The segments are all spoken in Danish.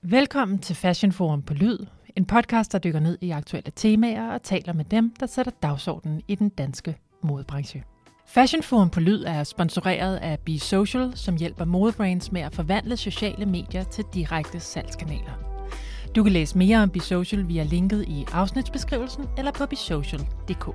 Velkommen til Fashion Forum på Lyd, en podcast, der dykker ned i aktuelle temaer og taler med dem, der sætter dagsordenen i den danske modebranche. Fashion Forum på Lyd er sponsoreret af Be Social, som hjælper modebrands med at forvandle sociale medier til direkte salgskanaler. Du kan læse mere om Be Social via linket i afsnitsbeskrivelsen eller på besocial.dk.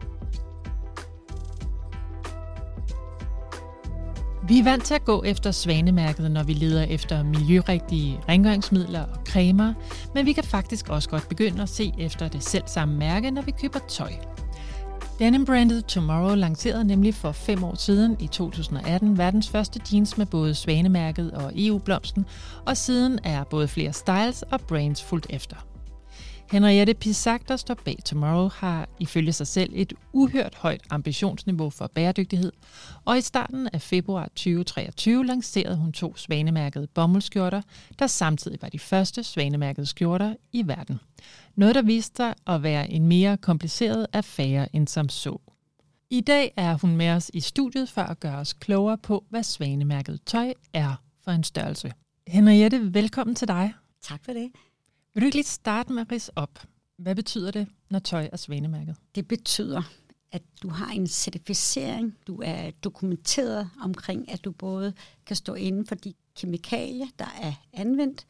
Vi er vant til at gå efter Svanemærket, når vi leder efter miljørigtige rengøringsmidler og cremer, men vi kan faktisk også godt begynde at se efter det selv samme mærke, når vi køber tøj. Denim-brandet Tomorrow lancerede nemlig for 5 år siden i 2018 verdens første jeans med både Svanemærket og EU-blomsten, og siden er både flere styles og brands fulgt efter. Henriette Pissac, der står bag Tomorrow, har ifølge sig selv et uhørt højt ambitionsniveau for bæredygtighed, og i starten af februar 2023 lancerede hun 2 svanemærkede bomuldsskjorter, der samtidig var de første svanemærkede skjorter i verden. Noget, der viste sig at være en mere kompliceret affære end som så. I dag er hun med os i studiet for at gøre os klogere på, hvad svanemærket tøj er for en størrelse. Henriette, velkommen til dig. Tak for det. Vil du ikke lige starte med at ridse op? Hvad betyder det, når tøj er svanemærket? Det betyder, at du har en certificering. Du er dokumenteret omkring, at du både kan stå inden for de kemikalier, der er anvendt,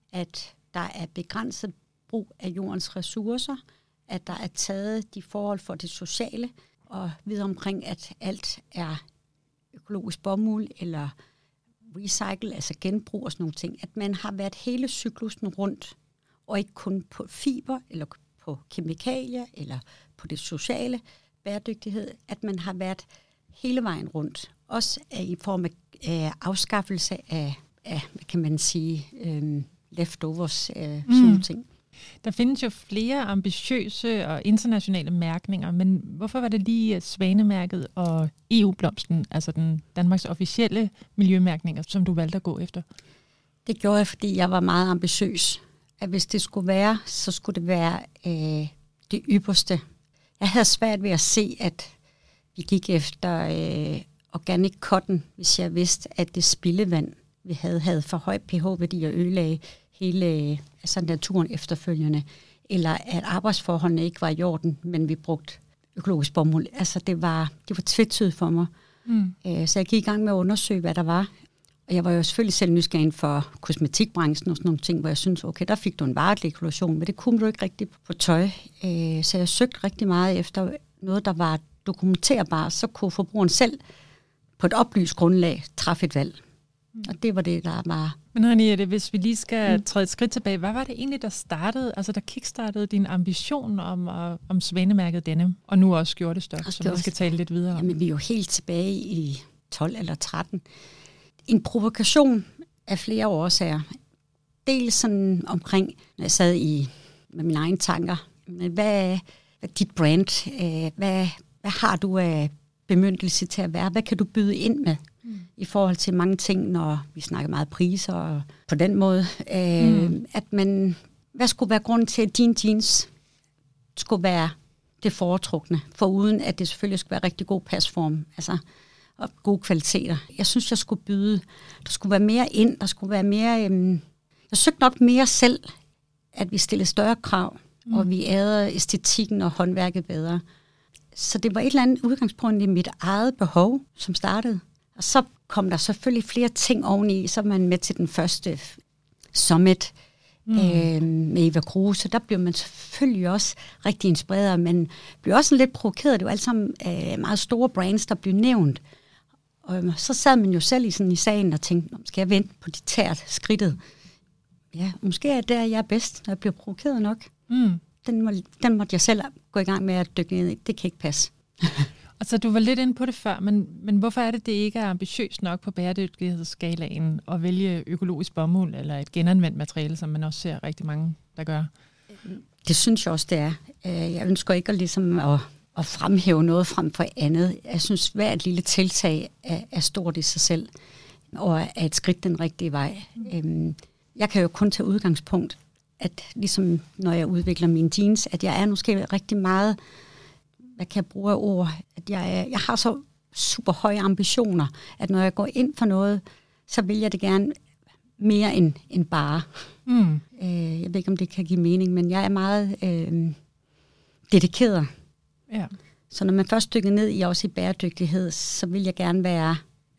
at der er begrænset brug af jordens ressourcer, at der er taget de forhold for det sociale, og videre omkring, at alt er økologisk bomuld eller recycle, altså genbrug og sådan nogle ting. At man har været hele cyklusen rundt, og ikke kun på fiber, eller på kemikalier, eller på det sociale bæredygtighed, at man har været hele vejen rundt. Også i form af afskaffelse af hvad kan man sige, leftovers, sådan nogle ting. Der findes jo flere ambitiøse og internationale mærkninger, men hvorfor var det lige Svanemærket og EU-blomsten, altså den Danmarks officielle miljømærkninger, som du valgte at gå efter? Det gjorde jeg, fordi jeg var meget ambitiøs. At hvis det skulle være, så skulle det være det ypperste. Jeg havde svært ved at se, at vi gik efter organic cotton, hvis jeg vidste, at det spildevand, vi havde for høj pH-værdi og ødelagde hele naturen efterfølgende, eller at arbejdsforholdene ikke var i orden, men vi brugte økologisk bomuld. Altså det var tvetydigt for mig. Så jeg gik i gang med at undersøge, hvad der var. Og jeg var jo selvfølgelig selv nysgerrig for kosmetikbranchen og sådan nogle ting, hvor jeg synes, okay, der fik du en varedeklaration, men det kunne du ikke rigtigt på tøj. Så jeg søgte rigtig meget efter noget, der var dokumenterbart, så kunne forbrugeren selv på et oplyst grundlag træffe et valg. Og det var det, der var. Men Henriette, hvis vi lige skal træde et skridt tilbage, hvad var det egentlig, der startede, altså der kickstartede din ambition om svanemærket denim, og nu også skjortestof, som vi skal tale lidt videre om? Jamen, vi er jo helt tilbage i 12 eller 13. En provokation af flere årsager. Dels sådan omkring, når jeg sad med mine egne tanker. Hvad er dit brand? Hvad har du af bemyndigelse til at være? Hvad kan du byde ind med i forhold til mange ting, når vi snakker meget priser og på den måde? Hvad skulle være grunden til, at din jeans skulle være det foretrukne, foruden at det selvfølgelig skulle være rigtig god pasform, altså og gode kvaliteter. Jeg synes, jeg skulle byde, der skulle være mere ind, der skulle være mere, jeg søgte nok mere selv, at vi stillede større krav, og vi ærede æstetikken og håndværket bedre. Så det var et eller andet udgangspunkt i mit eget behov, som startede. Og så kom der selvfølgelig flere ting oveni, så er man med til den første summit med Eva Kruse. Der blev man selvfølgelig også rigtig inspireret, men blev også lidt provokeret. Det var alt sammen meget store brands, der blev nævnt. Og så sad man jo selv i sagen og tænkte, skal jeg vente på de tært skridtet? Ja, måske er det, jeg er bedst, når jeg bliver provokeret nok. Den måtte jeg selv gå i gang med at dykke ned i. Det kan ikke passe. Altså, du var lidt inde på det før, men hvorfor er det ikke er ambitiøst nok på bæredygtighedsskalaen at vælge økologisk bomuld eller et genanvendt materiale, som man også ser rigtig mange, der gør? Det synes jeg også, det er. Jeg ønsker ikke at fremhæve noget frem for andet. Jeg synes, hvert lille tiltag er stort i sig selv, og er et skridt den rigtige vej. Jeg kan jo kun tage udgangspunkt, at ligesom når jeg udvikler mine jeans, at jeg er måske rigtig meget, hvad kan jeg bruge af ord, at jeg har så super høje ambitioner, at når jeg går ind for noget, så vil jeg det gerne mere end bare. Jeg ved ikke, om det kan give mening, men jeg er meget dedikeret. Ja. Så når man først dykker ned i også i bæredygtighed, så vil jeg gerne være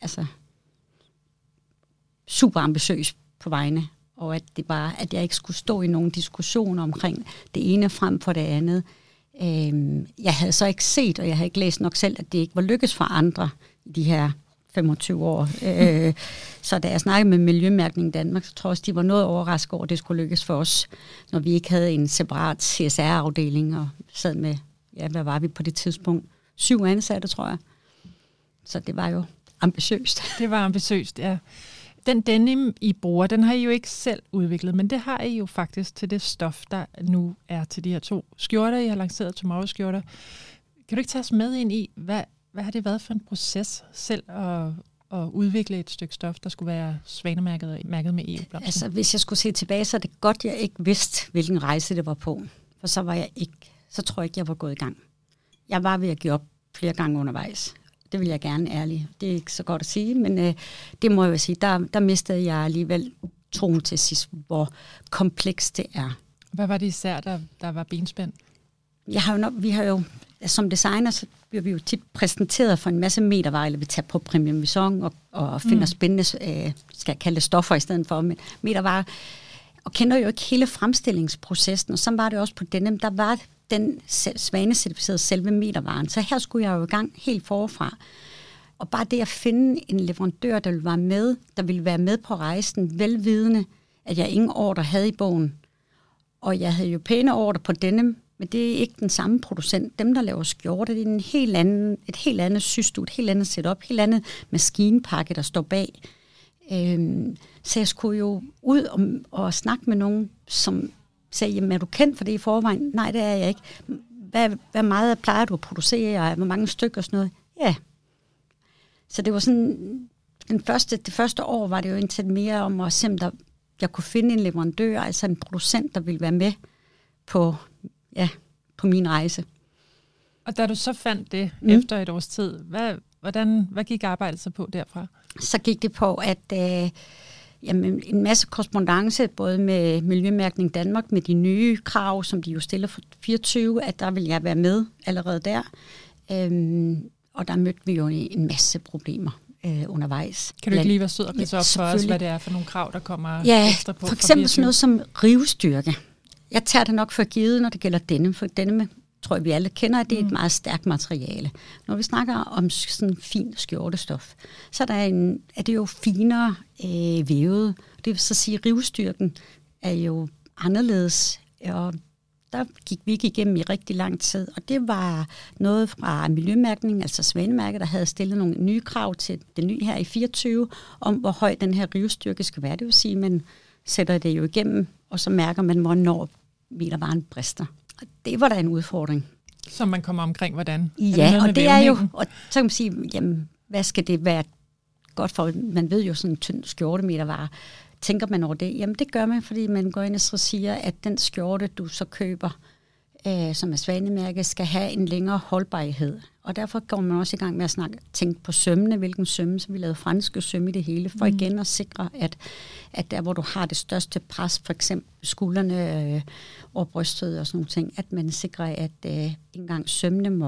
super ambitiøs på vegne, og at jeg ikke skulle stå i nogle diskussioner omkring det ene frem for det andet. Jeg havde så ikke set, og jeg havde ikke læst nok selv, at det ikke var lykkes for andre i de her 25 år. Så da jeg snakkede med Miljømærkning Danmark, så tror jeg også, de var noget overrasket over, at det skulle lykkes for os, når vi ikke havde en separat CSR-afdeling og sad med, hvad var vi på det tidspunkt? 7 ansatte, tror jeg. Så det var jo ambitiøst. Det var ambitiøst, ja. Den denim, I bruger, den har I jo ikke selv udviklet, men det har I jo faktisk til det stof, der nu er til de her 2 skjorter, I har lanceret, Tomorrow-skjorter. Kan du ikke tage os med ind i, hvad har det været for en proces selv at udvikle et stykke stof, der skulle være svanemærket og mærket med EU-blomsten? Altså, hvis jeg skulle se tilbage, så er det godt, jeg ikke vidste, hvilken rejse det var på. For så tror jeg ikke, jeg var gået i gang. Jeg var ved at give op flere gange undervejs. Det vil jeg gerne ærligt. Det er ikke så godt at sige, men det må jeg jo sige. Der mistede jeg alligevel troen til sidst, hvor komplekst det er. Hvad var det især, der var benspænd? Vi har jo som designer, så bliver vi jo tit præsenteret for en masse metervarer, eller vi tager på Premium Maison og finder spændende, skal jeg kalde det stoffer i stedet for, men metervarer, og kender jo ikke hele fremstillingsprocessen, og så var det også på denne, der var den svanecertificerede selve metervaren. Så her skulle jeg jo i gang helt forfra. Og bare det at finde en leverandør, der ville være med på rejsen, velvidende, at jeg ingen ordre havde i bogen. Og jeg havde jo pæne ordre på denne, men det er ikke den samme producent. Dem, der laver skjorte, det er et helt andet system, et helt andet setup, et helt andet maskinepakke, der står bag. Så jeg skulle jo ud og snakke med nogen, som sagde, jamen er du kendt for det i forvejen? Nej, det er jeg ikke. Hvad meget plejer du at producere, og hvor mange stykker og sådan noget? Ja. Så det var sådan, det første år var det jo indtil mere om at se, om jeg kunne finde en leverandør, altså en producent, der ville være med på min rejse. Og da du så fandt det efter et års tid, hvad gik arbejdet så på derfra? Så gik det på, at en masse korrespondance, både med Miljømærkning Danmark, med de nye krav, som de jo stiller for 24, at der vil jeg være med allerede der. Og der mødte vi jo en masse problemer undervejs. Kan du ikke lige være sød og ridse op for os, hvad det er for nogle krav, der kommer ekstra på? For eksempel sådan noget som rivestyrke. Jeg tager det nok for givet, når det gælder denne, for denne tror jeg, vi alle kender, at det er et meget stærkt materiale. Når vi snakker om sådan fin skjortestof, så er det jo finere vævet. Det vil så sige, at rivestyrken er jo anderledes, og der gik vi ikke igennem i rigtig lang tid. Og det var noget fra Miljømærkning, altså Svanemærket, der havde stillet nogle nye krav til det nye her i 24, om hvor høj den her rivestyrke skal være. Det vil sige, at man sætter det jo igennem, og så mærker man, hvornår metervaren brister. Og det var da en udfordring. Så man kommer omkring, hvordan? Ja, og det er jo, og så kan man sige, jamen, hvad skal det være godt for? Man ved jo sådan en tynd skjortemetervare. Tænker man over det? Jamen det gør man, fordi man går ind og siger, at den skjorte, du så køber, som er Svanemærke, skal have en længere holdbarhed. Og derfor går man også i gang med at tænke på sømmene, hvilken sømme, så vi lavede franske sømme i det hele, for igen at sikre, at der, hvor du har det største pres, for eksempel skuldrene og brystet og sådan nogle ting, at man sikrer, at ikke engang sømmene må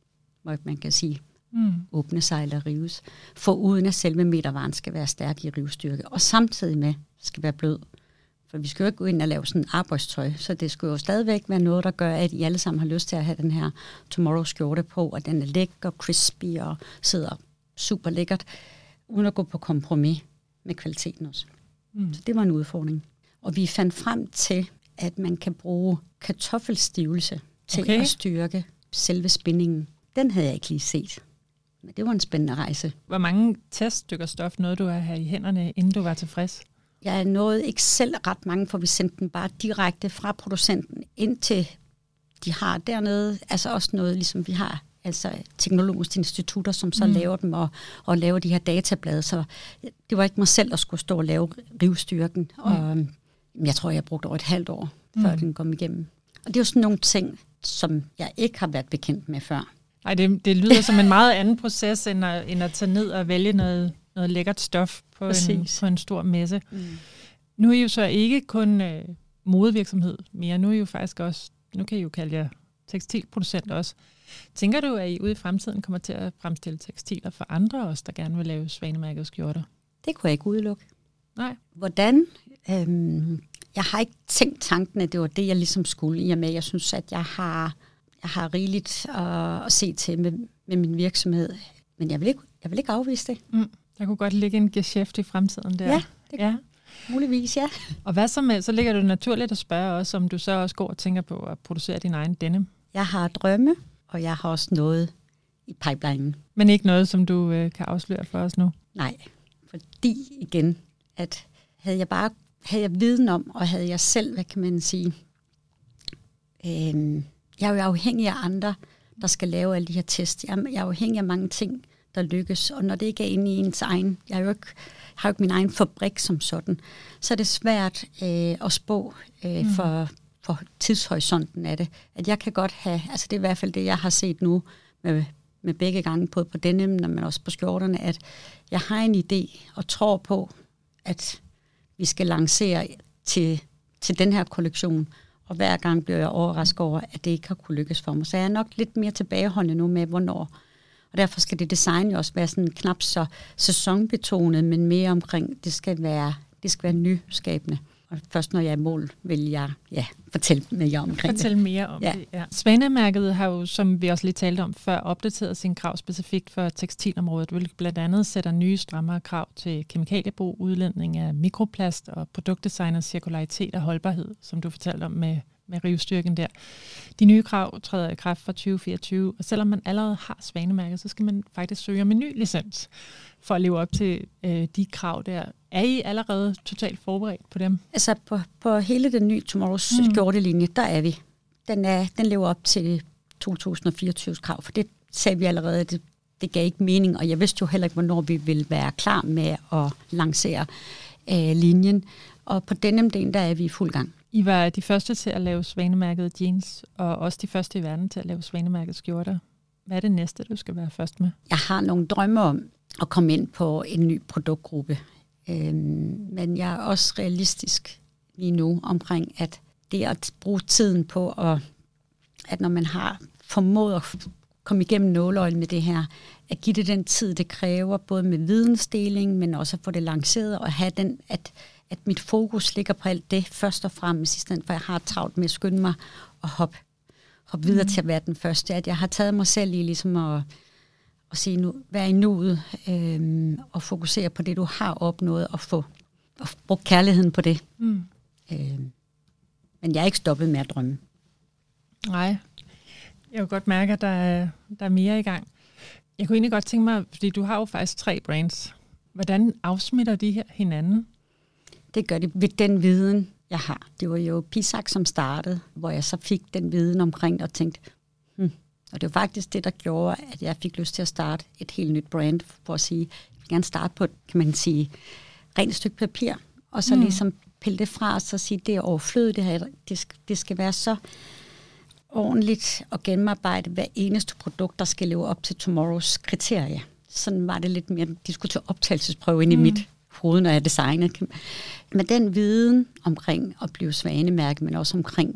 man kan sige, åbne sig eller rives, for uden at selve metervaren skal være stærk i rivestyrke, og samtidig med skal være blød. For vi skal jo ikke gå ind og lave sådan en arbejdstøj, så det skal jo stadigvæk være noget, der gør, at I alle sammen har lyst til at have den her Tomorrow skjorte på, og den er lækker, crispy og sidder super lækkert, uden at gå på kompromis med kvaliteten også. Så det var en udfordring. Og vi fandt frem til, at man kan bruge kartoffelstivelse til at styrke selve spændingen. Den havde jeg ikke lige set. Men det var en spændende rejse. Hvor mange teststykker stof nåede du at have i hænderne, inden du var tilfreds? Jeg nåede ikke selv ret mange, for vi sendte den bare direkte fra producenten ind til, de har dernede, altså også noget, ligesom vi har, altså teknologiske institutter, som så laver dem og laver de her datablade. Så det var ikke mig selv, der skulle stå og lave rivstyrken. Og jeg tror, jeg brugte over et halvt år, før den kom igennem. Og det er jo sådan nogle ting, som jeg ikke har været bekendt med før. Nej, det lyder som en meget anden proces, end at tage ned og vælge noget lækkert stof på en stor messe. Nu er I jo så ikke kun modevirksomhed mere. Nu er I jo faktisk også, nu kan I jo kalde jer tekstilproducent også. Tænker du, at I ude i fremtiden kommer til at fremstille tekstiler for andre også, der gerne vil lave Svanemærkede skjorter? Det kunne jeg ikke udelukke. Nej. Hvordan? Jeg har ikke tænkt tanken, at det var det, jeg ligesom skulle, i og med, jeg synes, at jeg har rigeligt at se til med min virksomhed. Men jeg vil ikke afvise det. Der kunne godt ligge en geschæft i fremtiden der. Ja, muligvis, ja. Og hvad så med, så ligger det naturligt at spørge os, om du så også går og tænker på at producere din egen denim? Jeg har drømme, og jeg har også noget i pipelinen. Men ikke noget, som du kan afsløre for os nu? Nej. Fordi igen, at havde jeg viden om, og havde jeg selv, hvad kan man sige, jeg er jo afhængig af andre, der skal lave alle de her tests. Jeg er afhængig af mange ting, der lykkes, og når det ikke er inde i ens egen, jeg har jo ikke min egen fabrik som sådan, så er det svært at spå for tidshorisonten af det. At jeg kan godt have, altså det er i hvert fald det, jeg har set nu med begge gange, både på denim, men også på skjorterne, at jeg har en idé og tror på, at vi skal lancere til den her kollektion, og hver gang bliver jeg overrasket over, at det ikke har kunne lykkes for mig. Så jeg er nok lidt mere tilbageholdende nu med, hvornår. Og derfor skal det design jo også være sådan knap så sæsonbetonet, men mere omkring, det skal være nyskabende. Og først når jeg er i mål, vil jeg fortælle mere omkring det. Mere om det, ja. Svanemærket har jo, som vi også lige talte om før, opdateret sine krav specifikt for tekstilområdet, hvilket blandt andet sætter nye strammere krav til kemikaliebrug, udledning af mikroplast og produktdesign og cirkularitet og holdbarhed, som du fortalte om med rivstyrken der. De nye krav træder i kraft fra 2024, og selvom man allerede har Svanemærket, så skal man faktisk søge om en ny licens for at leve op til de krav der. Er I allerede totalt forberedt på dem? Altså på hele den nye Tomorrows skjortelinje, der er vi. Den lever op til 2024's krav, for det sagde vi allerede, at det gav ikke mening, og jeg vidste jo heller ikke, hvornår vi ville være klar med at lancere linjen. Og på denne del, der er vi i fuld gang. I var de første til at lave Svanemærkede jeans, og også de første i verden til at lave Svanemærkede skjorter. Hvad er det næste, du skal være først med? Jeg har nogle drømme om at komme ind på en ny produktgruppe. Men jeg er også realistisk lige nu omkring, at det at bruge tiden på, at når man har formået at komme igennem nåleøjen med det her, at give det den tid, det kræver, både med vidensdeling, men også at få det lanceret, og have den, at mit fokus ligger på alt det først og fremmest, i stedet for at jeg har travlt med at skynde mig og hoppe videre til at være den første. At jeg har taget mig selv i ligesom at sige nu, være i nuet og fokusere på det, du har opnået, og bruge kærligheden på det. Men jeg er ikke stoppet med at drømme. Nej, jeg kan godt mærke, at der er mere i gang. Jeg kunne egentlig godt tænke mig, fordi du har jo faktisk 3 brands. Hvordan afsmitter de her hinanden? Det gør det ved den viden, jeg har. Det var jo Pisac, som startede, hvor jeg så fik den viden omkring det og tænkte, og det var faktisk det, der gjorde, at jeg fik lyst til at starte et helt nyt brand, for at sige, jeg vil gerne starte på, kan man sige, rent stykke papir, og så ligesom pille det fra, og så sige, det er overflødigt, det skal være så ordentligt og gennemarbejde hver eneste produkt, der skal leve op til Tomorrows kriterie. Sådan var det lidt mere, de skulle til optagelsesprøve ind i mit hoved, når jeg designede. Men den viden omkring at blive Svanemærket, men også omkring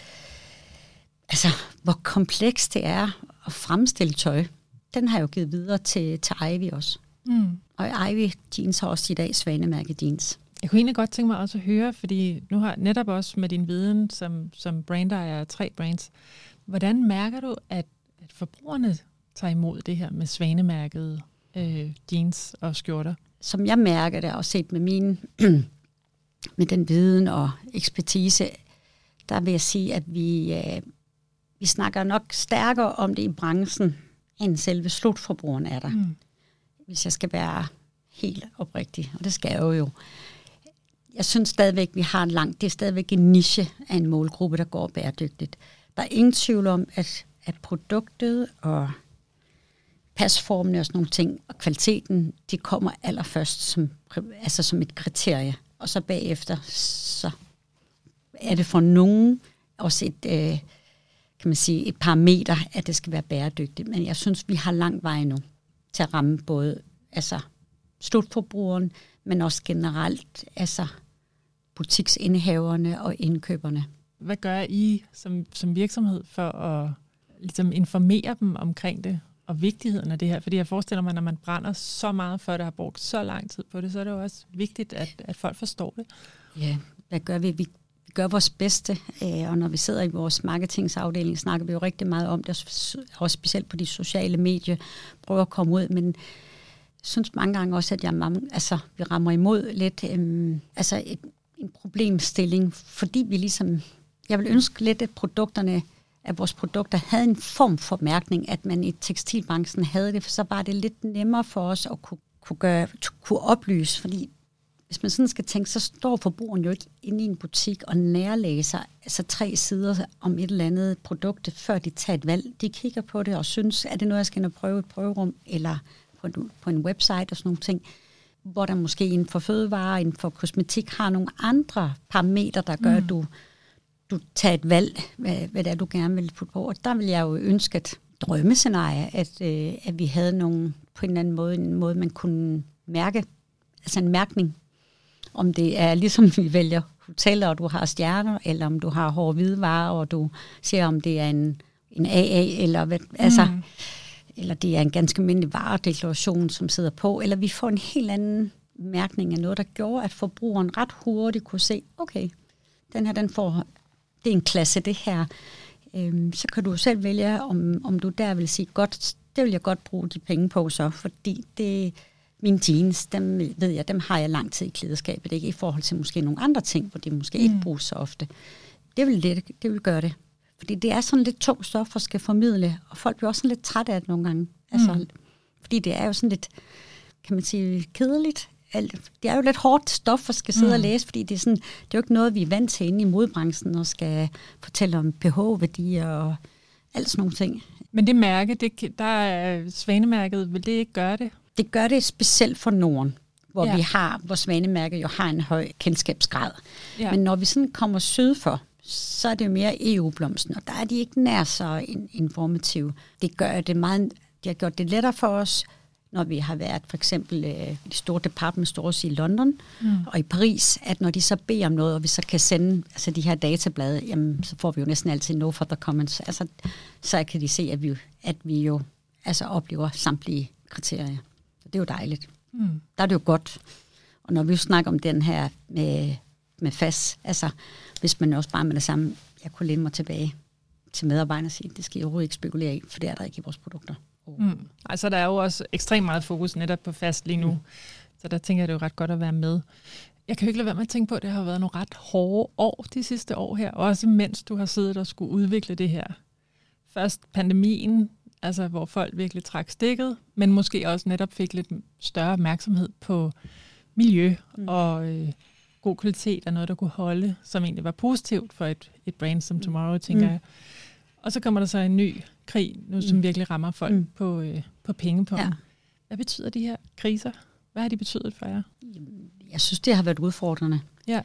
hvor komplekst det er at fremstille tøj, den har jeg jo givet videre til Ivy også. Og Ivy Jeans har også i dag Svanemærket jeans. Jeg kunne egentlig godt tænke mig også at høre, fordi nu har netop også med din viden som brandejer af 3 brands, hvordan mærker du, at forbrugerne tager imod det her med Svanemærkede jeans og skjorter? Som jeg mærker det, og set med med den viden og ekspertise, der vil jeg sige, at vi snakker nok stærkere om det i branchen, end selve slutforbrugeren er der. Hvis jeg skal være helt oprigtig, og det skal jeg jo. Jeg synes stadigvæk, vi har det er stadigvæk en niche af en målgruppe, der går bæredygtigt. Der er ingen tvivl om, at produktet og pasformene og sådan nogle ting, og kvaliteten, de kommer allerførst som et kriterie. Og så bagefter, så er det for nogen også et parameter, at det skal være bæredygtigt. Men jeg synes, vi har lang vej nu til at ramme både slutforbrugeren, men også generelt butiksindehaverne og indkøberne. Hvad gør I som virksomhed for at ligesom informere dem omkring det og vigtigheden af det her? Fordi jeg forestiller mig, når man brænder så meget for det, har brugt så lang tid på det, så er det jo også vigtigt, at folk forstår det. Ja, hvad gør vi? Vi gør vores bedste, og når vi sidder i vores marketingsafdeling, snakker vi jo rigtig meget om det, også specielt på de sociale medier, prøver at komme ud, men jeg synes mange gange også, at vi rammer imod lidt en problemstilling, fordi vi ligesom, jeg vil ønske lidt, at vores produkter havde en form for mærkning, at man i tekstilbranchen havde det, for så var det lidt nemmere for os at kunne oplyse, fordi hvis man sådan skal tænke, så står forbrugeren jo ikke inde i en butik og nærlæser 3 sider om et eller andet produkt, før de tager et valg. De kigger på det og synes, er det noget, jeg skal ind og prøve et prøverum, eller på en website og sådan nogle ting, hvor der måske inden for fødevarer, inden for kosmetik, har nogle andre parametre, der gør, at du tager et valg, hvad det er, du gerne vil putte på. Og der vil jeg jo ønske et drømmescenarie, at vi havde nogle, på en eller anden måde, man kunne mærke, altså en mærkning, om det er ligesom vi vælger hoteller, og du har stjerner, eller om du har hårde hvidevarer, og du ser, om det er en AA, eller hvad, eller det er en ganske almindelig varedeklaration, som sidder på, eller vi får en helt anden mærkning af noget, der gjorde, at forbrugeren ret hurtigt kunne se, okay, den her, det er en klasse, det her. Så kan du selv vælge, om du der vil sige, godt, det vil jeg godt bruge de penge på så, fordi mine jeans, dem ved jeg, dem har jeg lang tid i klædeskabet, ikke i forhold til måske nogle andre ting, hvor de måske ikke bruges så ofte. Det vil gøre det. Fordi det er sådan lidt tungt stof at skal formidle, og folk bliver også sådan lidt trætte af det nogle gange. Altså, fordi det er jo sådan lidt, kan man sige, kedeligt. Det er jo lidt hårdt stof at skal sidde og læse, fordi det er jo ikke noget, vi er vant til inde i modebranchen, og skal fortælle om pH-værdier og alt sådan nogle ting. Men det mærke, der er Svanemærket, vil det ikke gøre det? Det gør det specielt for Norden, hvor Svanemærket jo har en høj kendskabsgrad. Ja. Men når vi sådan kommer syd for, så er det jo mere EU-blomsten, og der er de ikke nær så informative. Det har gjort det lettere for os, når vi har været for eksempel de store department stores i London og i Paris, at når de så beder om noget, og vi så kan sende de her datablade, jamen, så får vi jo næsten altid no further comments. Altså, så kan de se, at vi jo oplever samtlige kriterier. Det er jo dejligt. Der er det jo godt. Og når vi jo snakker om den her med FAS, hvis man også bare med det samme, jeg kunne læne mig tilbage til medarbejderne og sige, det skal I overhovedet ikke spekulere i, for det er der ikke i vores produkter. Altså der er jo også ekstremt meget fokus netop på FAS lige nu, så der tænker jeg, det er jo ret godt at være med. Jeg kan jo ikke lade være med at tænke på, at det har været nogle ret hårde år de sidste år her, også mens du har siddet og skulle udvikle det her. Først pandemien, hvor folk virkelig trak stikket, men måske også netop fik lidt større opmærksomhed på miljø og god kvalitet af noget, der kunne holde, som egentlig var positivt for et brand som Tomorrow, tænker jeg. Og så kommer der så en ny krig, nu som virkelig rammer folk på pengepunkten. Ja. Hvad betyder de her kriser? Hvad har de betydet for jer? Jeg synes, det har været udfordrende. Ja.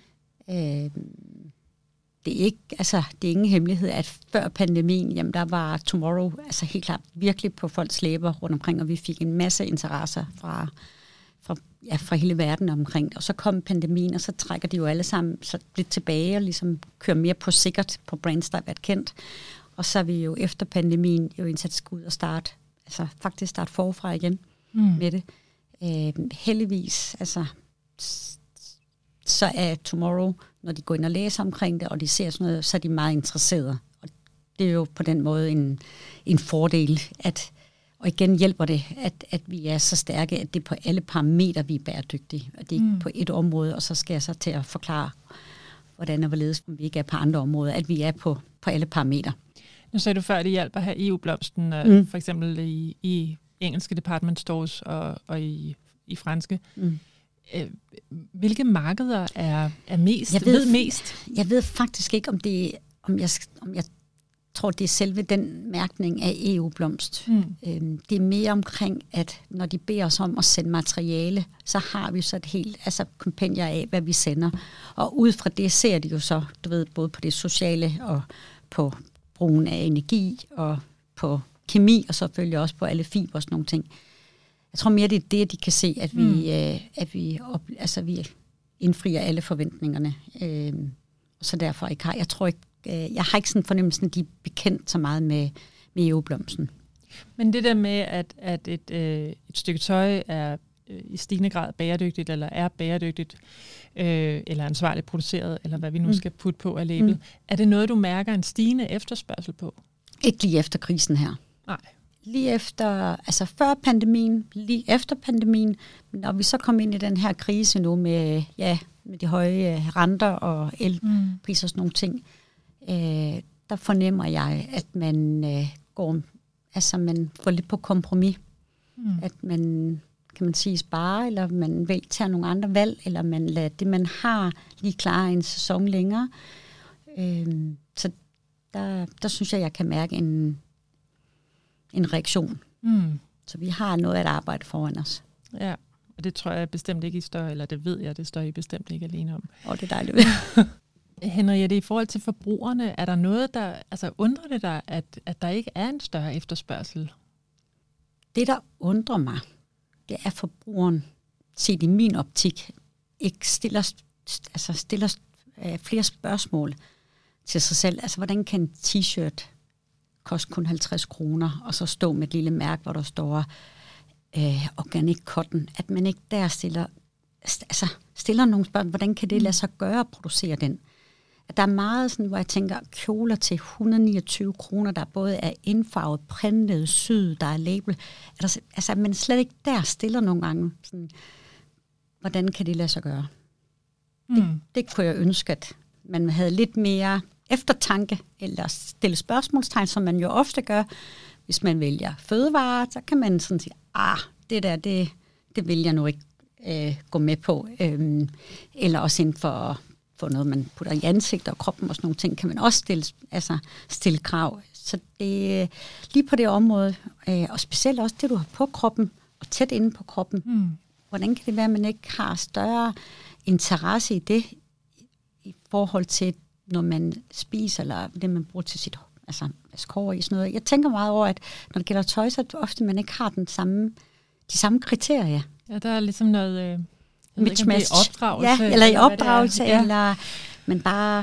Det er ingen hemmelighed, at før pandemien, jamen der var Tomorrow helt klart virkelig på folks læber rundt omkring, og vi fik en masse interesser fra hele verden omkring. Og så kom pandemien, og så trækker de jo alle sammen så lidt tilbage og ligesom kører mere på sikkert på brands, der har været kendt. Og så er vi jo efter pandemien jo indsat skud og starte forfra igen med det. Heldigvis, så er Tomorrow, når de går ind og læser omkring det, og de ser sådan noget, så er de meget interesserede. Og det er jo på den måde en fordel, og igen hjælper det, at vi er så stærke, at det er på alle parametre, vi er bæredygtige. Og det er ikke på et område, og så skal jeg så til at forklare, hvordan og hvorledes vi ikke er på andre områder, at vi er på alle parametre. Nu sagde du før, at det hjælper at have EU-blomsten, for eksempel i engelske department stores og i franske. Hvilke markeder er mest? Jeg ved faktisk ikke, om jeg tror, det er selve den mærkning af EU-blomst. Det er mere omkring, at når de beder os om at sende materiale, så har vi så et helt kompendier af, hvad vi sender. Og ud fra det ser de jo så, både på det sociale og på brugen af energi og på kemi, og selvfølgelig også på alle fiber og sådan nogle ting. Jeg tror mere, det er det, de kan se, at vi indfrier alle forventningerne. Så derfor ikke har. Jeg har ikke sådan fornemmelsen, at de er bekendt så meget med EU-blomsten. Men det der med, at et stykke tøj er i stigende grad bæredygtigt, eller er bæredygtigt, eller ansvarligt produceret, eller hvad vi nu skal putte på af label, er det noget, du mærker en stigende efterspørgsel på? Ikke lige efter krisen her. Nej. Lige efter, altså før pandemien, lige efter pandemien, når vi så kom ind i den her krise nu med de høje renter og elpriser og sådan nogle ting, der fornemmer jeg, at man man får lidt på kompromis. At man, kan man sige, sparer, eller man tager nogle andre valg, eller man lader det, man har, lige klare en sæson længere. Så der synes jeg kan mærke en reaktion. Så vi har noget at arbejde foran os. Ja, og det tror jeg bestemt ikke, I står, eller det ved jeg, det står I bestemt ikke alene om. Det er dejligt. Henriette, i forhold til forbrugerne, er der noget, der undrer det dig, at der ikke er en større efterspørgsel? Det, der undrer mig, det er, at forbrugeren, set i min optik, ikke stiller flere spørgsmål til sig selv. Altså, hvordan kan en t-shirt koste kun 50 kroner, og så stå med et lille mærke, hvor der står organic cotton, at man ikke der stiller nogle spørgsmål, hvordan kan det lade sig gøre at producere den? At der er meget sådan, hvor jeg tænker, kjoler til 129 kroner, der både er indfarvet, printet, syet, der er label. At man slet ikke der stiller nogle gange, sådan, hvordan kan det lade sig gøre? Det kunne jeg ønske, at man havde lidt mere eftertanke, eller stille spørgsmålstegn, som man jo ofte gør. Hvis man vælger fødevarer, så kan man sådan sige, det vil jeg nu ikke gå med på. Eller også inden for noget, man putter i ansigtet og kroppen og sådan nogle ting, kan man også stille krav. Så det lige på det område, og specielt også det, du har på kroppen, og tæt inde på kroppen. Hvordan kan det være, at man ikke har større interesse i det, i forhold til, når man spiser, eller det, man bruger til sit skår i sådan noget. Jeg tænker meget over, at når det gælder tøj, så er det ofte, man ikke har de samme kriterier. Ja, der er ligesom noget opdragelse. Ja, eller i opdragelse, eller men bare,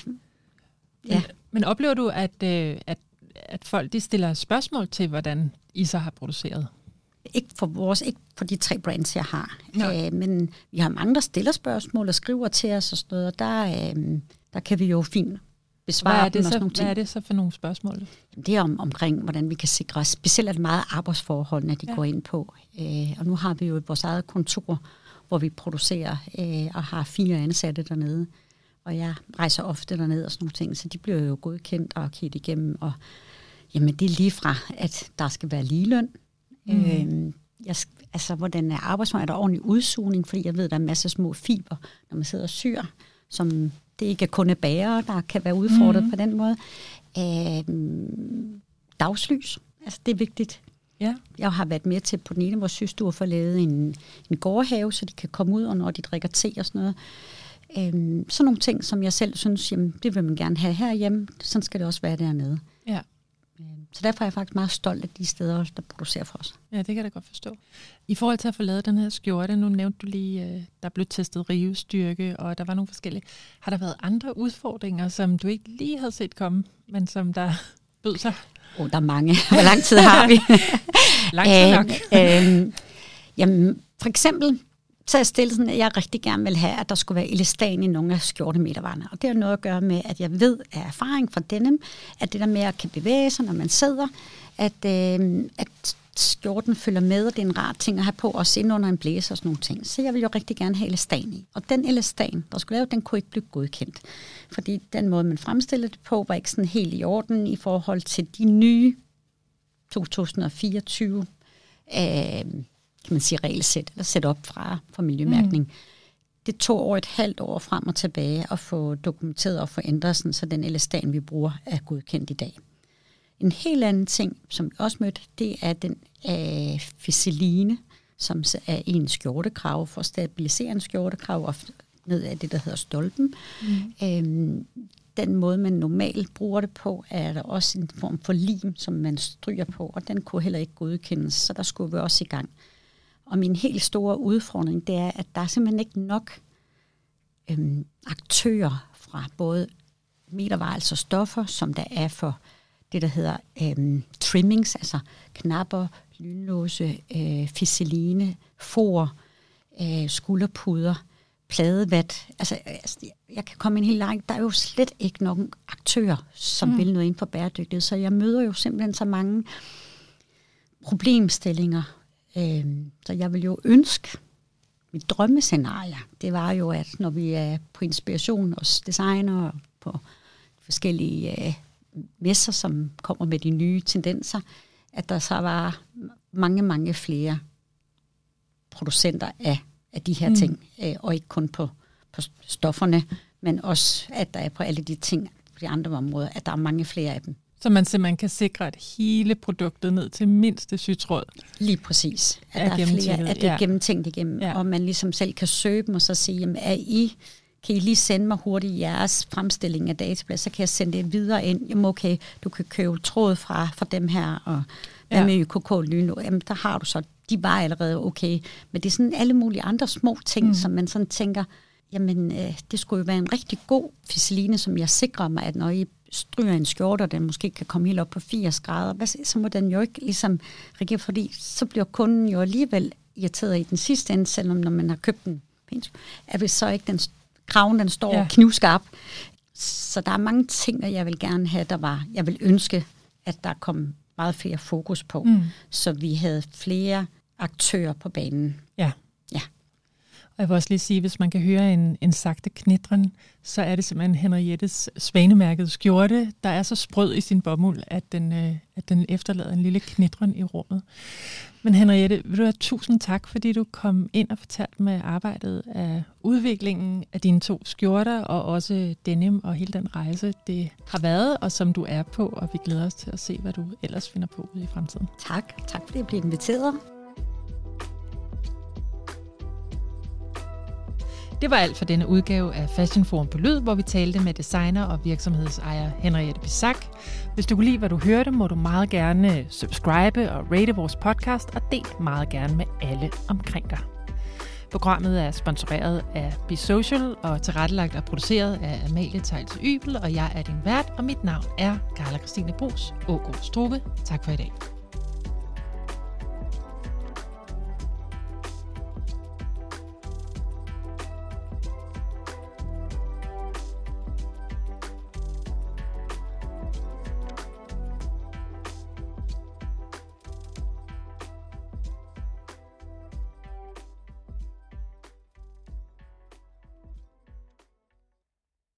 Men oplever du, at folk de stiller spørgsmål til, hvordan I så har produceret? Ikke på de 3 brands, jeg har. Men vi har mange, der stiller spørgsmål og skriver til os og sådan noget, og der kan vi jo fint besvare dem og sådan nogle ting. Hvad er det så for nogle spørgsmål? Det er omkring, hvordan vi kan sikre, specielt at meget arbejdsforholdene, de går ind på. Og nu har vi jo vores eget kontor, hvor vi producerer og har 4 ansatte dernede. Og jeg rejser ofte dernede og sådan nogle ting, så de bliver jo godkendt og kigget igennem. Og jamen, det er lige fra, at der skal være ligeløn. Hvordan er arbejdsmarkedet? Er der ordentlig udsugning? Fordi jeg ved, der er en masse små fiber, når man sidder og syr, som det ikke er kun bærere, der kan være udfordret på den måde. Dagslys, det er vigtigt. Ja. Jeg har været med til på den ene, hvor systuer får lavet en gårdhave, så de kan komme ud, og når de drikker te og sådan noget. Sådan nogle ting, som jeg selv synes, jamen, det vil man gerne have herhjemme. Sådan skal det også være dernede. Ja. Så derfor er jeg faktisk meget stolt af de steder, der producerer for os. Ja, det kan jeg da godt forstå. I forhold til at få lavet den her skjorte, nu nævnte du lige, der blev testet rivestyrke, og der var nogle forskellige. Har der været andre udfordringer, som du ikke lige havde set komme, men som der bød sig? Der er mange. Hvor lang tid har vi? Lang tid nok. Jamen, for eksempel, så er jeg stillet sådan, at jeg rigtig gerne vil have, at der skulle være elastan i nogle af skjortemetervarerne. Og det har noget at gøre med, at jeg ved af erfaring fra denim, at det der med at kan bevæge sig, når man sidder, at skjorten følger med, og det er en rar ting at have på, også ind under en blæser og sådan nogle ting. Så jeg vil jo rigtig gerne have elastan i. Og den elastan, der skulle lave, den kunne ikke blive godkendt. Fordi den måde, man fremstillede det på, var ikke sådan helt i orden i forhold til de nye 2024 kan man sige regelsæt, eller sæt op fra miljømærkning. Det tog over et halvt år frem og tilbage at få dokumenteret og få ændret sådan, så den elastan, vi bruger, er godkendt i dag. En helt anden ting, som vi også mødte, det er den fiseline, som er i en skjortekrave for at stabilisere en skjortekrave og ned af det, der hedder stolpen. Den måde, man normalt bruger det på, er der også en form for lim, som man stryger på, og den kunne heller ikke godkendes, så der skulle vi også i gang. Og min helt store udfordring, det er, at der er simpelthen ikke nok aktører fra både metervarer, og stoffer, som der er for det, der hedder trimmings, altså knapper, lynlåse, fiseline, for, skulderpuder, pladevat. Altså, jeg kan komme en helt langt. Der er jo slet ikke nogen aktører, som vil noget inden for bæredygtighed, så jeg møder jo simpelthen så mange problemstillinger. Så jeg vil jo ønske, mit drømmescenarie, det var jo, at når vi er på inspiration hos designer på forskellige messer, som kommer med de nye tendenser, at der så var mange flere producenter af de her ting, og ikke kun på stofferne, men også, at der er på alle de ting på de andre områder, at der er mange flere af dem. Så man simpelthen kan sikre, at hele produktet ned til mindste sytråd. Lige præcis. At der er flere, at det er gennemtænkt igennem, og man ligesom selv kan søge dem og så sige, jamen, kan I lige sende mig hurtigt jeres fremstilling af database, så kan jeg sende det videre ind. Jamen okay, du kan købe tråd fra dem her, og hvad med YKK Lyno? Jamen der har du så, de var allerede okay. Men det er sådan alle mulige andre små ting, som man sådan tænker, jamen det skulle jo være en rigtig god fiseline, som jeg sikrer mig, at når I stryger en skjorte, og den måske kan komme helt op på 80 grader, så må den jo ikke ligesom reagere, fordi så bliver kunden jo alligevel irriteret i den sidste ende, selvom når man har købt den pænt, at hvis så ikke kraven den står knivskarp. Så der er mange ting, der jeg vil gerne have, jeg vil ønske, at der kom meget flere fokus på, så vi havde flere aktører på banen. Ja. Og jeg vil også lige sige, hvis man kan høre en sagte knitren, så er det simpelthen Henriettes svanemærkede skjorte, der er så sprød i sin bomuld, at den efterlader en lille knitren i rummet. Men Henriette, vil du have tusind tak, fordi du kom ind og fortalte med arbejdet af udviklingen af dine 2 skjorter, og også denim og hele den rejse, det har været, og som du er på, og vi glæder os til at se, hvad du ellers finder på ude i fremtiden. Tak fordi jeg blev inviteret. Det var alt for denne udgave af Fashion Forum på Lyd, hvor vi talte med designer og virksomhedsejer Henriette Bissac. Hvis du kunne lide, hvad du hørte, må du meget gerne subscribe og rate vores podcast, og del meget gerne med alle omkring dig. Programmet er sponsoreret af Be Social og tilrettelagt og produceret af Amalie Theils Ybel, og jeg er din vært, og mit navn er Carla Christine Bruus Aagaard Strube. Tak for i dag.